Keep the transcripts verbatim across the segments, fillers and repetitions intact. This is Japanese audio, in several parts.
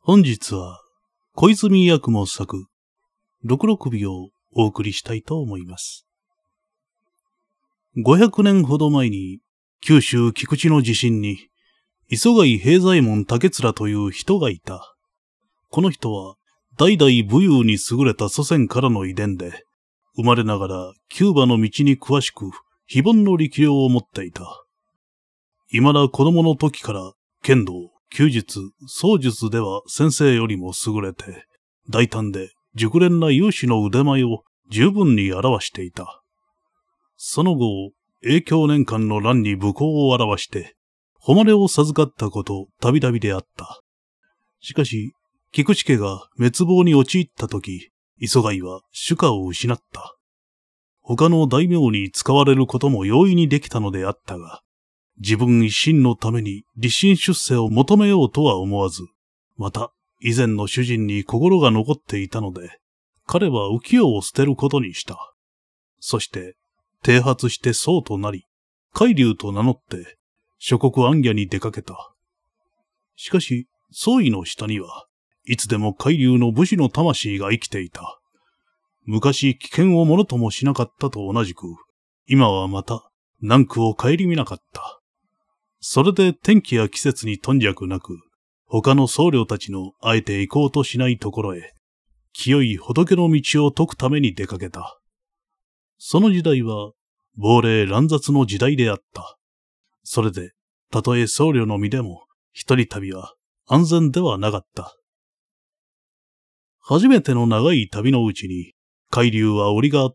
本日は小泉八雲作六六尾をお送りしたいと思います。ごひゃくねんほど前に九州菊池の地震に磯貝平左衛門竹面という人がいた。この人は代々武勇に優れた祖先からの遺伝で、生まれながらキューバの道に詳しく非凡の力量を持っていた。未だ子供の時から剣道、弓術、槍術では先生よりも優れて、大胆で熟練な勇士の腕前を十分に表していた。その後、永享年間の乱に武功を表して、誉れを授かったことたびたびであった。しかし、菊池家が滅亡に陥った時、磯貝は主家を失った。他の大名に使われることも容易にできたのであったが、自分一心のために立身出世を求めようとは思わず、また以前の主人に心が残っていたので、彼は浮世を捨てることにした。そして、剃髪して僧となり、海龍と名乗って、諸国行脚に出かけた。しかし、僧衣の下には、いつでも海龍の武士の魂が生きていた。昔危険をものともしなかったと同じく、今はまた難苦を顧みなかった。それで天気や季節に頓着なく、他の僧侶たちのあえて行こうとしないところへ、清い仏の道を解くために出かけた。その時代は、亡霊乱雑の時代であった。それで、たとえ僧侶の身でも、一人旅は安全ではなかった。初めての長い旅のうちに、海龍は折があって、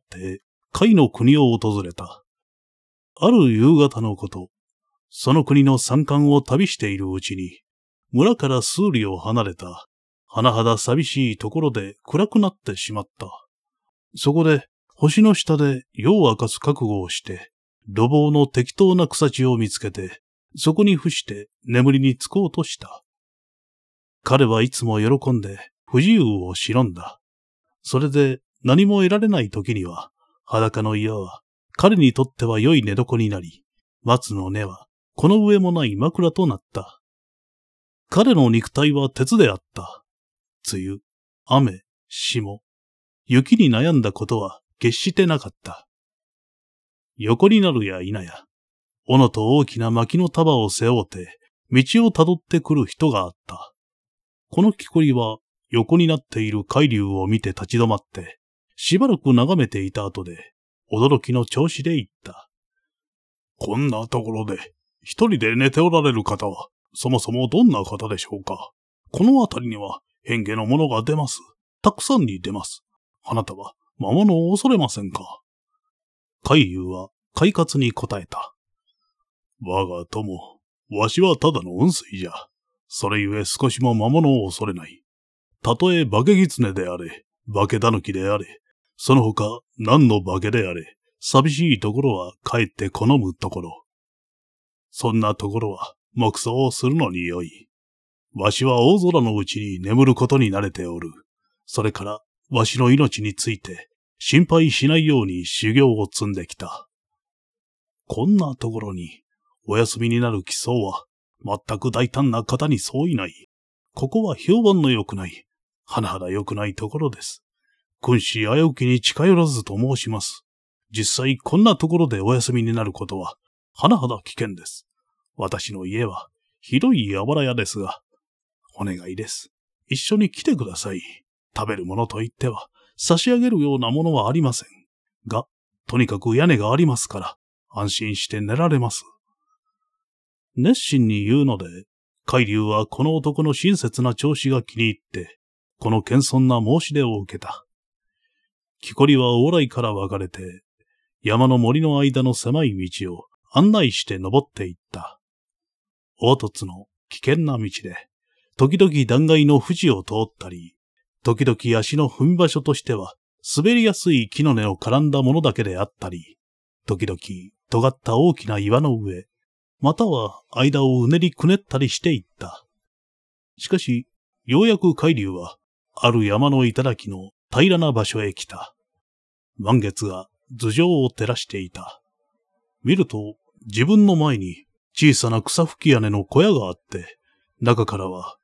甲斐の国を訪れた。ある夕方のこと、その国の山間を旅しているうちに、村から数里を離れた、甚だ寂しいところで暗くなってしまった。そこで、星の下で夜を明かす覚悟をして、路傍の適当な草地を見つけて、そこに伏して眠りにつこうとした。彼はいつも喜んで不自由を忍んだ。それで何も得られない時には、裸の岩は彼にとっては良い寝床になり、松の根はこの上もない枕となった。彼の肉体は鉄であった。梅雨、雨、霜、雪に悩んだことは決してなかった。横になるや否や、斧と大きな薪の束を背負って、道をたどってくる人があった。この木こりは、横になっている海龍を見て立ち止まって、しばらく眺めていた後で、驚きの調子で言った。こんなところで、一人で寝ておられる方は、そもそもどんな方でしょうか。この辺りには、変化のものが出ます。たくさんに出ます。あなたは、魔物を恐れませんか。海龍は、快活に答えた。我が友、わしはただの雲水じゃ。それゆえ少しも魔物を恐れない。たとえ化け狐であれ、化け狸であれ、その他何の化けであれ、寂しいところは帰って好むところ。そんなところは黙想をするのによい。わしは大空のうちに眠ることに慣れておる。それからわしの命について心配しないように修行を積んできた。こんなところにお休みになる奇想は全く大胆な方に相違ない。ここは評判の良くない、甚だ良くないところです。君子危うきに近寄らずと申します。実際こんなところでお休みになることは、甚だ危険です。私の家は広いあばら屋ですが、お願いです。一緒に来てください。食べるものといっては、差し上げるようなものはありません。が、とにかく屋根がありますから、安心して寝られます。熱心に言うので、海龍はこの男の親切な調子が気に入って、この謙遜な申し出を受けた。木こりは往来から分かれて、山の森の間の狭い道を案内して登っていった。凹凸の危険な道で、時々断崖の富士を通ったり、時々足の踏み場所としては滑りやすい木の根を絡んだものだけであったり、時々尖った大きな岩の上、または間をうねりくねったりしていった。しかし、ようやく海龍は、ある山の頂の平らな場所へ来た。満月が頭上を照らしていた。見ると、自分の前に小さな草吹き屋根の小屋があって、中からは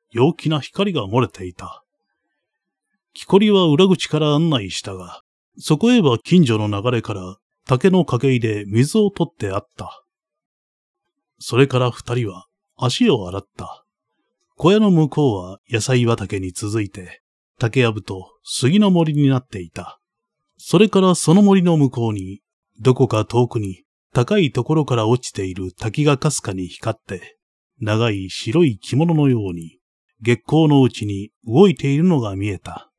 陽気な光が漏れていた。木こりは裏口から案内したが、そこへは近所の流れから竹の掛け入れ水を取ってあった。それから二人は足を洗った。小屋の向こうは野菜畑に続いて竹やぶと杉の森になっていた。それからその森の向こうに、どこか遠くに高いところから落ちている滝がかすかに光って、長い白い着物のように月光のうちに動いているのが見えた。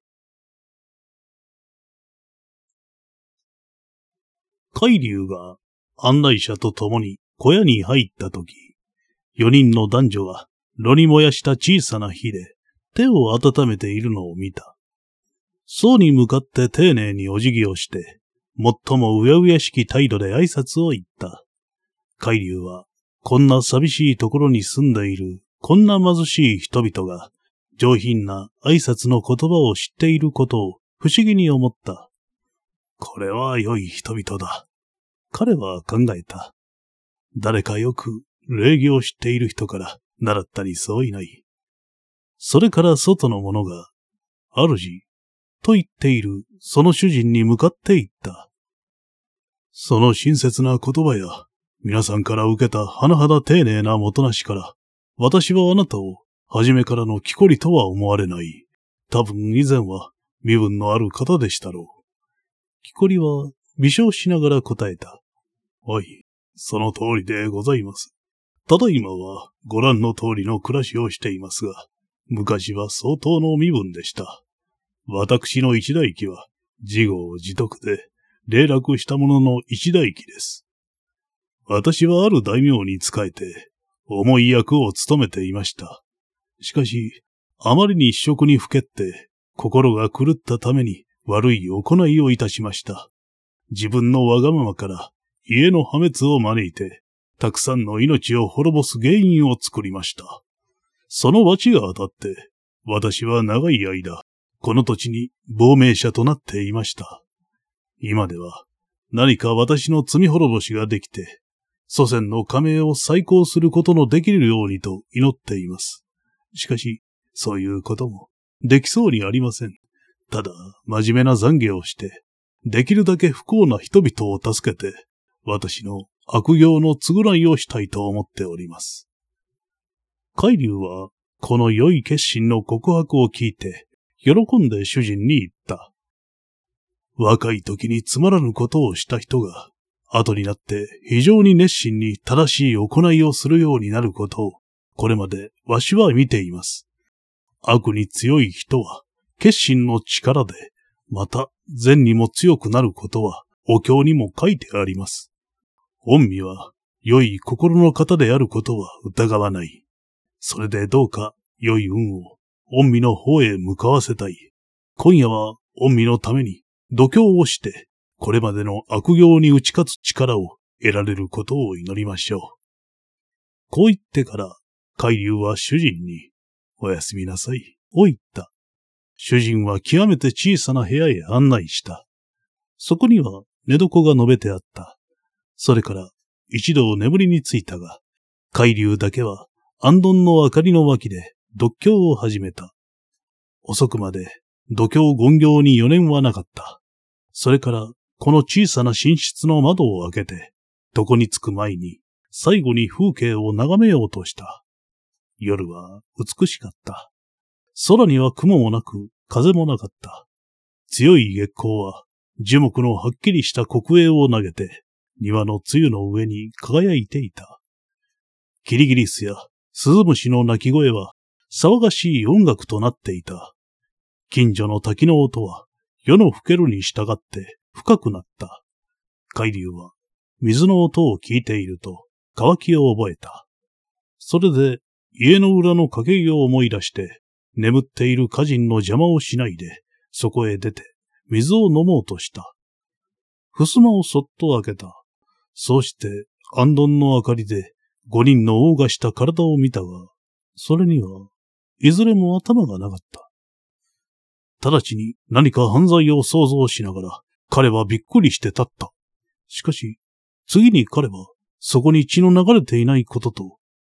海龍が案内者と共に小屋に入ったとき、四人の男女が炉に燃やした小さな火で手を温めているのを見た。僧に向かって丁寧にお辞儀をして、最もうやうやしき態度で挨拶を言った。海龍は、こんな寂しいところに住んでいる、こんな貧しい人々が、上品な挨拶の言葉を知っていることを不思議に思った。これは良い人々だ。彼は考えた。誰かよく礼儀を知っている人から習ったりそういない。それから外の者が、主、と言っているその主人に向かって言った。その親切な言葉や、皆さんから受けた甚だ丁寧なもとなしから、私はあなたを初めからの木こりとは思われない。多分以前は身分のある方でしたろう。木こりは微笑しながら答えた。はい、その通りでございます。ただいまはご覧の通りの暮らしをしていますが、昔は相当の身分でした。私の一代記は自業自得で霊落したものの一代記です。私はある大名に仕えて重い役を務めていました。しかし、あまりに私職にふけって心が狂ったために悪い行いをいたしました。自分のわがままから家の破滅を招いて、たくさんの命を滅ぼす原因を作りました。その罰が当たって、私は長い間、この土地に亡命者となっていました。今では何か私の罪滅ぼしができて、祖先の家名を再興することのできるようにと祈っています。しかし、そういうこともできそうにありません。ただ、真面目な懺悔をして、できるだけ不幸な人々を助けて、私の悪行の償いをしたいと思っております。海龍は、この良い決心の告白を聞いて、喜んで主人に言った。若い時につまらぬことをした人が、後になって非常に熱心に正しい行いをするようになることを、これまでわしは見ています。悪に強い人は、決心の力で、また善にも強くなることは、お経にも書いてあります。御身は、良い心の方であることは疑わない。それでどうか、良い運を、御身の方へ向かわせたい。今夜は、御身のために、度胸をして、これまでの悪行に打ち勝つ力を得られることを祈りましょう。こう言ってから、海龍は主人に、おやすみなさい、を言った。主人は極めて小さな部屋へ案内した。そこには寝床が述べてあった。それから一度眠りについたが、海龍だけは行燈の明かりの脇で読経を始めた。遅くまで度胸言行に余念はなかった。それからこの小さな寝室の窓を開けて、床に着く前に最後に風景を眺めようとした。夜は美しかった。空には雲もなく風もなかった。強い月光は樹木のはっきりした黒影を投げて庭の露の上に輝いていた。キリギリスやスズムシの鳴き声は騒がしい音楽となっていた。近所の滝の音は夜の更けるに従って深くなった。海龍は水の音を聞いていると渇きを覚えた。それで家の裏の掛け木を思い出して眠っている家人の邪魔をしないでそこへ出て水を飲もうとした。襖をそっと開けた。そうして行燈の明かりで五人のオーガした体を見たが、それにはいずれも頭がなかった。直ちに何か犯罪を想像しながら彼はびっくりして立った。しかし、次に彼はそこに血の流れていないことと、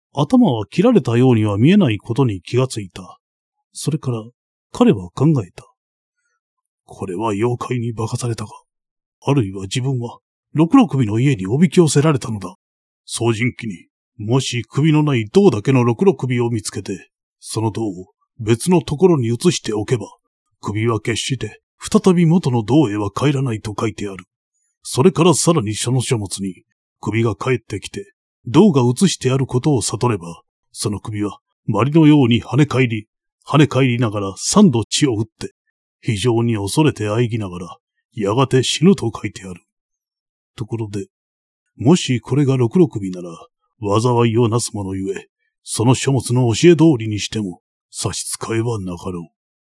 頭は切られたようには見えないことに気がついた。それから彼は考えた。これは妖怪に化かされたか、あるいは自分は六六首の家におびき寄せられたのだ。早人期に、もし首のない銅だけの六六首を見つけて、その銅を別のところに移しておけば、首は決して再び元の銅へは帰らないと書いてある。それからさらにその書物に、首が帰ってきて、銅が移してあることを悟れば、その首は鞠のように跳ね返り、跳ね返りながら三度血を打って、非常に恐れて喘ぎながら、やがて死ぬと書いてある。ところで、もしこれが六六首なら、災いをなすものゆえ、その書物の教え通りにしても、差し支えはなかろう。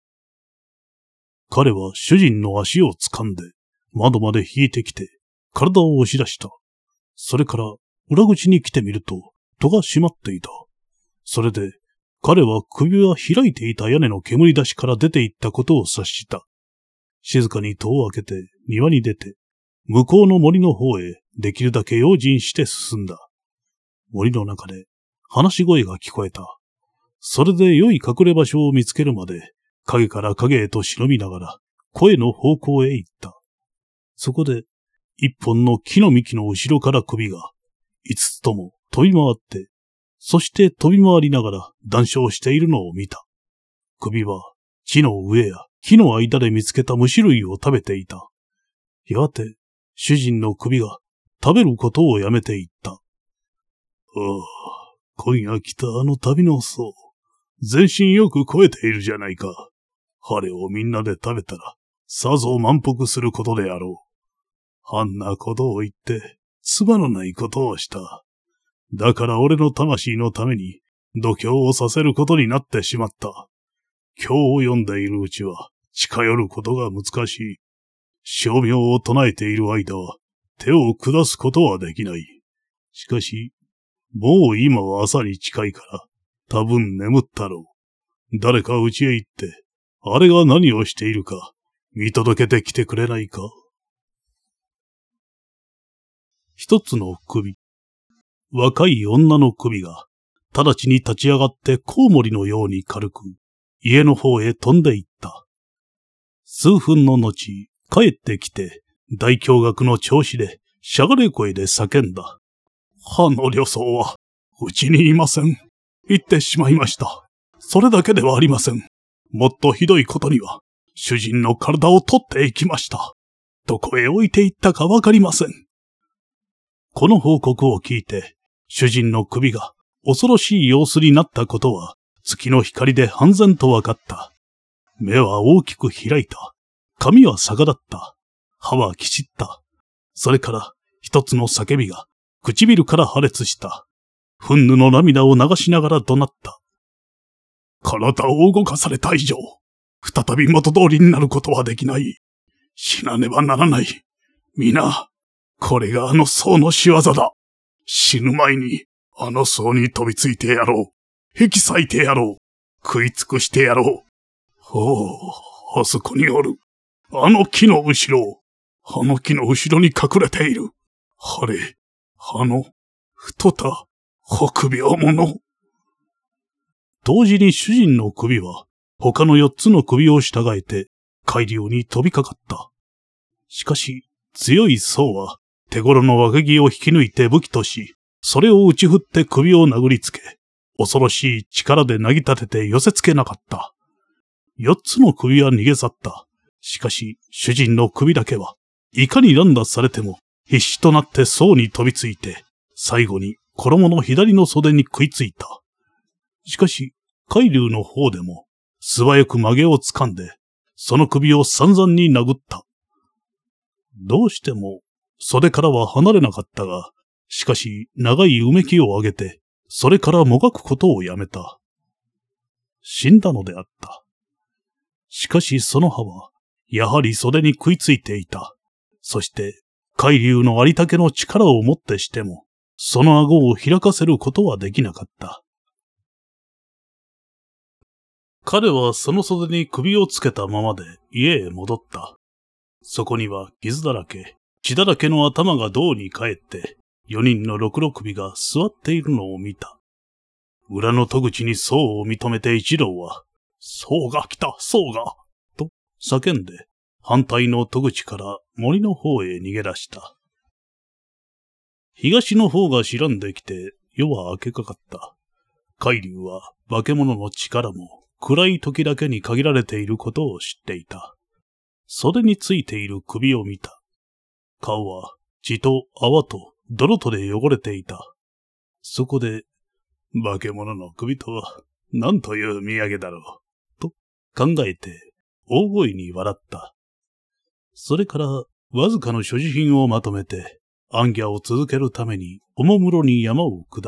彼は主人の足を掴んで、窓まで引いてきて、体を押し出した。それから、裏口に来てみると、戸が閉まっていた。それで、彼は首は開いていた屋根の煙出しから出て行ったことを察した。静かに戸を開けて庭に出て、向こうの森の方へできるだけ用心して進んだ。森の中で話し声が聞こえた。それで良い隠れ場所を見つけるまで、影から影へと忍びながら、声の方向へ行った。そこで、一本の木の幹の後ろから首が、五つとも飛び回って、そして飛び回りながら談笑しているのを見た。首は地の上や木の間で見つけた虫類を食べていた。やがて主人の首が食べることをやめていった。ああ、今夜来たあの旅の僧、全身よく肥えているじゃないか。あれをみんなで食べたら、さぞ満腹することであろう。あんなことを言って、つまのないことをした。だから俺の魂のために度胸をさせることになってしまった。経を読んでいるうちは近寄ることが難しい。称名を唱えている間は手を下すことはできない。しかし、もう今は朝に近いから多分眠ったろう。誰か家へ行って、あれが何をしているか見届けてきてくれないか。一つの首。若い女の首が、直ちに立ち上がってコウモリのように軽く、家の方へ飛んで行った。数分の後、帰ってきて、大驚愕の調子で、しゃがれ声で叫んだ。あの女僧は、うちにいません。行ってしまいました。それだけではありません。もっとひどいことには、主人の体を取っていきました。どこへ置いて行ったかわかりません。この報告を聞いて、主人の首が恐ろしい様子になったことは、月の光で半然とわかった。目は大きく開いた。髪は逆立った。歯はきしった。それから一つの叫びが唇から破裂した。憤怒の涙を流しながら怒鳴った。体を動かされた以上、再び元通りになることはできない。死なねばならない。皆、これがあの僧の仕業だ。死ぬ前に、あの僧に飛びついてやろう。引き裂いてやろう。食い尽くしてやろう。おお、あそこにおる。あの木の後ろ。あの木の後ろに隠れている。あれ、あの、太った臆病者。同時に主人の首は、他の四つの首を従えて、海流に飛びかかった。しかし、強い僧は、手頃の若木を引き抜いて武器とし、それを打ち振って首を殴りつけ、恐ろしい力でなぎ立てて寄せつけなかった。四つの首は逃げ去った。しかし、主人の首だけは、いかに乱打されても、必死となって僧に飛びついて、最後に衣の左の袖に食いついた。しかし、海流の方でも、素早く曲げを掴んで、その首を散々に殴った。どうしても、袖からは離れなかったが、しかし、長いうめきを上げて、それからもがくことをやめた。死んだのであった。しかしその歯は、やはり袖に食いついていた。そして、海流のありたけの力をもってしても、その顎を開かせることはできなかった。彼はその袖に首をつけたままで家へ戻った。そこには傷だらけ、血だらけの頭が胴に帰って、四人の六六首が座っているのを見た。 裏の戸口に僧を認めて一同は、僧が来た、僧がと叫んで、反対の戸口から森の方へ逃げ出した。東の方が白んできて夜は明けかかった。海竜は化け物の力も暗い時だけに限られていることを知っていた。袖についている首を見た。顔は血と泡と泥とで汚れていた。そこで、化け物の首とは何という土産だろう、と考えて大声に笑った。それからわずかの所持品をまとめて、行脚を続けるためにおもむろに山を下った。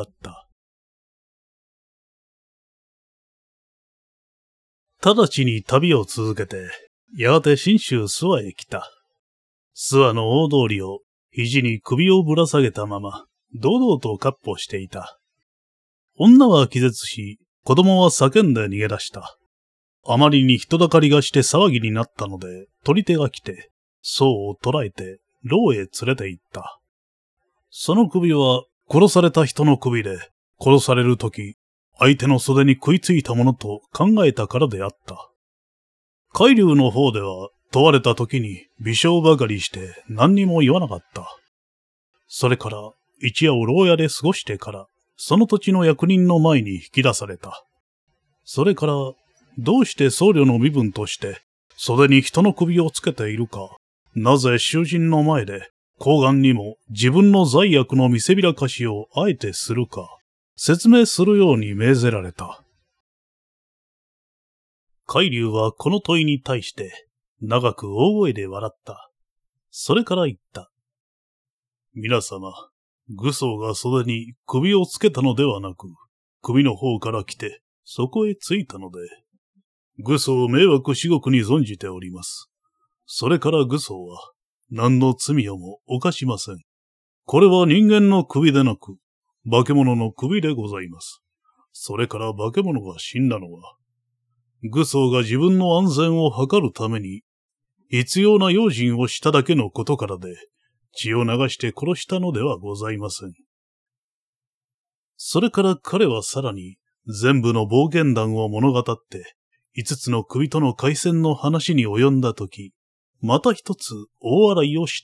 直ちに旅を続けて、やがて信州諏訪へ来た。諏訪の大通りを肘に首をぶら下げたまま、堂々と闊歩していた。女は気絶し、子供は叫んで逃げ出した。あまりに人だかりがして騒ぎになったので、取り手が来て、僧を捕らえて、牢へ連れて行った。その首は殺された人の首で、殺されるとき、相手の袖に食いついたものと考えたからであった。海竜の方では問われたときに微笑ばかりして何にも言わなかった。それから一夜を牢屋で過ごしてから、その土地の役人の前に引き出された。それから、どうして僧侶の身分として袖に人の首をつけているか、なぜ囚人の前で、公安にも自分の罪悪の見せびらかしをあえてするか、説明するように命ぜられた。海竜はこの問いに対して、長く大声で笑った。それから言った。皆様、愚僧が袖に首をつけたのではなく、首の方から来て、そこへついたので、愚僧を迷惑至極に存じております。それから愚僧は、何の罪をも犯しません。これは人間の首でなく、化け物の首でございます。それから化け物が死んだのは、愚僧が自分の安全を図るために、必要な用心をしただけのことからで、血を流して殺したのではございません。それから彼はさらに、全部の冒険談を物語って、五つの首との回戦の話に及んだとき、また一つ大笑いをした。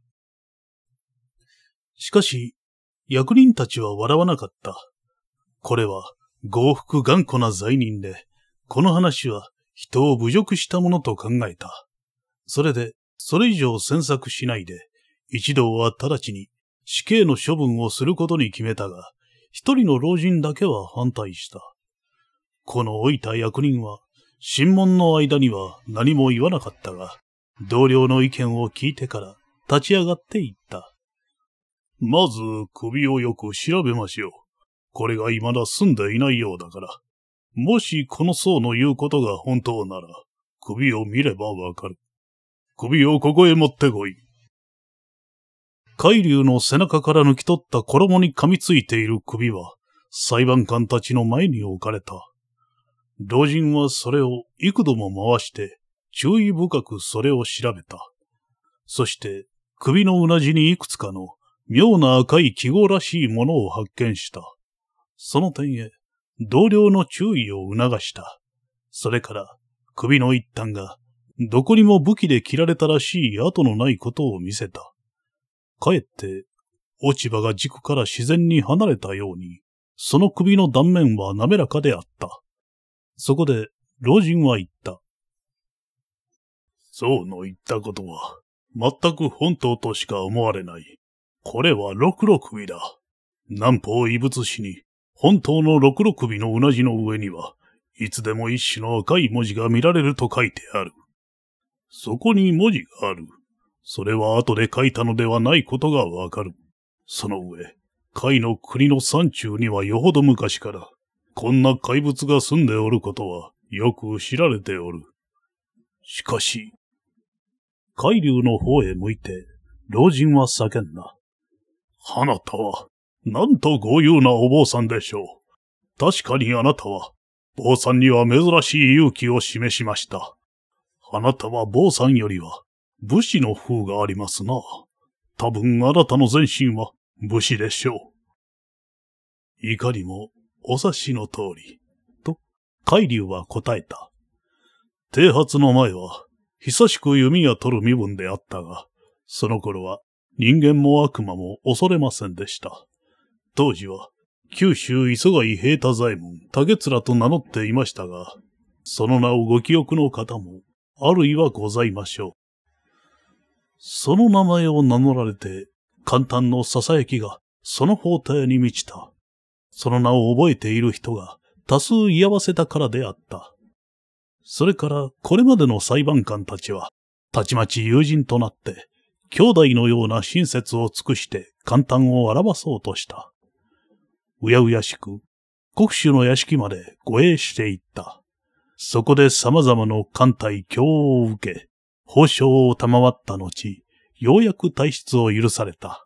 しかし、役人たちは笑わなかった。これは、豪福頑固な罪人で、この話は人を侮辱したものと考えた。それで、それ以上詮索しないで、一同は直ちに死刑の処分をすることに決めたが、一人の老人だけは反対した。この老いた役人は、審問の間には何も言わなかったが、同僚の意見を聞いてから立ち上がって言った。まず首をよく調べましょう。これが未だ済んでいないようだから。もしこの僧の言うことが本当なら、首を見ればわかる。首をここへ持ってこい。海竜の背中から抜き取った衣に噛みついている首は、裁判官たちの前に置かれた。老人はそれを幾度も回して、注意深くそれを調べた。そして、首のうなじにいくつかの妙な赤い記号らしいものを発見した。その点へ、同僚の注意を促した。それから、首の一端が、どこにも武器で切られたらしい跡のないことを見せた。かえって、落ち葉が軸から自然に離れたように、その首の断面は滑らかであった。そこで、老人は言った。僧の言ったことは、全く本当としか思われない。これは六六首だ。南方異物詩に、本当の六六首のうなじの上には、いつでも一種の赤い文字が見られると書いてある。そこに文字がある。それは後で書いたのではないことがわかる。その上、甲斐の国の山中にはよほど昔から、こんな怪物が住んでおることはよく知られておる。しかし、海竜の方へ向いて、老人は叫んだ。あなたは、なんと豪勇なお坊さんでしょう。確かにあなたは、坊さんには珍しい勇気を示しました。あなたは坊さんよりは、武士の風がありますな。多分あなたの全身は武士でしょう。いかにも、 お察しの通り。と、海流は答えた。剃髪の前は、久しく弓矢取る身分であったが、その頃は人間も悪魔も恐れませんでした。当時は、九州磯貝平太左衛門、竹面と名乗っていましたが、その名をご記憶の方も、あるいはございましょう。その名前を名乗られて、簡単の囁きがその法廷に満ちた。その名を覚えている人が多数居合わせたからであった。それからこれまでの裁判官たちは、たちまち友人となって、兄弟のような親切を尽くして簡単を表そうとした。うやうやしく、国主の屋敷まで護衛していった。そこで様々な艦隊供応を受け、褒章を賜った後、ようやく退出を許された。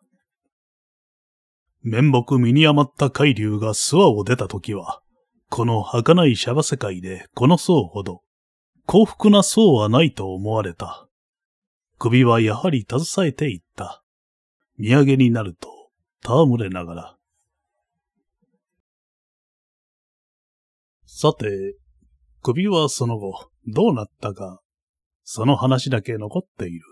面目身に余った海流が諏訪を出たときは、この儚いシャバ世界でこの僧ほど、幸福な僧はないと思われた。首はやはり携えていった。土産になると、戯れながら。さて、首はその後、どうなったか、その話だけ残っている。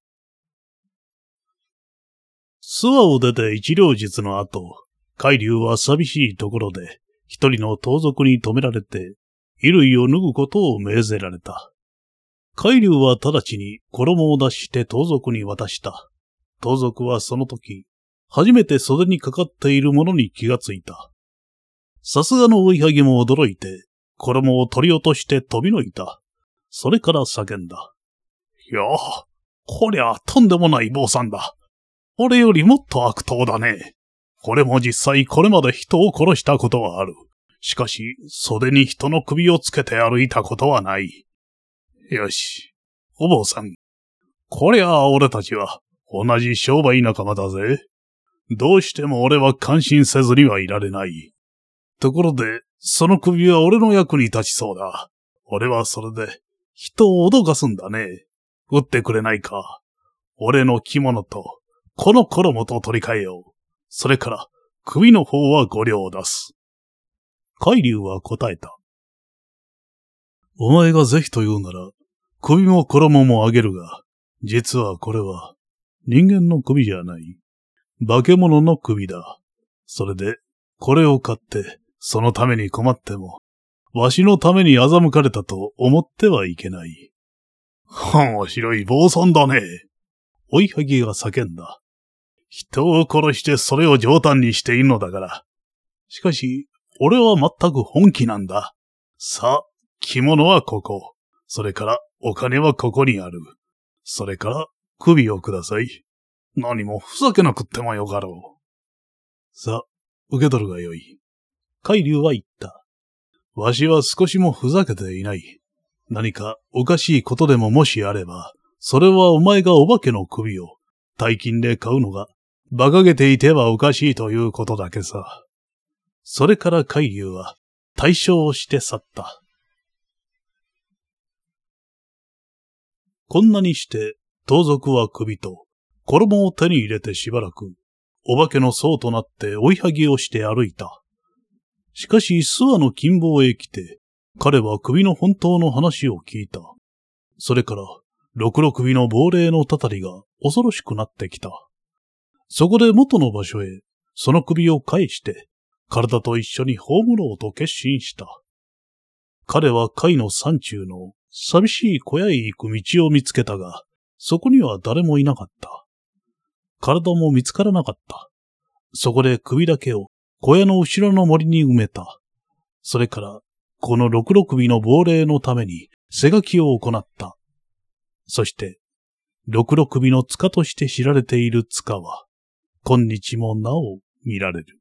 諏訪を出て一両日の後、海流は寂しいところで、一人の盗賊に止められて、衣類を脱ぐことを命ぜられた。海流は直ちに衣を出して盗賊に渡した。盗賊はその時、初めて袖にかかっているものに気がついた。さすがの追いはぎも驚いて、衣を取り落として飛びのいた。それから叫んだ。いやあ、こりゃとんでもない坊さんだ。俺よりもっと悪党だね。俺も実際これまで人を殺したことはある。しかし、袖に人の首をつけて歩いたことはない。よし、お坊さん。こりゃあ俺たちは同じ商売仲間だぜ。どうしても俺は感心せずにはいられない。ところで、その首は俺の役に立ちそうだ。俺はそれで、人を脅かすんだね。撃ってくれないか。俺の着物と、この衣と取り替えよう。それから、首の方はご両を出す。海流は答えた。お前がぜひと言うなら、首も衣もあげるが、実はこれは、人間の首じゃない。化け物の首だ。それで、これを買って、そのために困っても、わしのために欺かれたと思ってはいけない。面白い坊さんだね。追いはぎが叫んだ。人を殺してそれを冗談にしているのだから。しかし、俺は全く本気なんだ。さあ、着物はここ。それからお金はここにある。それから首をください。何もふざけなくってもよかろう。さあ、受け取るがよい。海流は言った。わしは少しもふざけていない。何かおかしいことでももしあれば、それはお前がお化けの首を大金で買うのが馬鹿げていてはおかしいということだけさ。それから海流は退所をして去った。こんなにして盗賊は首と衣を手に入れてしばらくお化けの僧となって追いはぎをして歩いた。しかし諏訪の近傍へ来て彼は首の本当の話を聞いた。それから六六首の亡霊のたたりが恐ろしくなってきた。そこで元の場所へその首を返して体と一緒に葬ろうと決心した。彼は海の山中の寂しい小屋へ行く道を見つけたが、そこには誰もいなかった。体も見つからなかった。そこで首だけを小屋の後ろの森に埋めた。それから、この六六首の亡霊のために背書きを行った。そして、六六首の塚として知られている塚は、今日もなお見られる。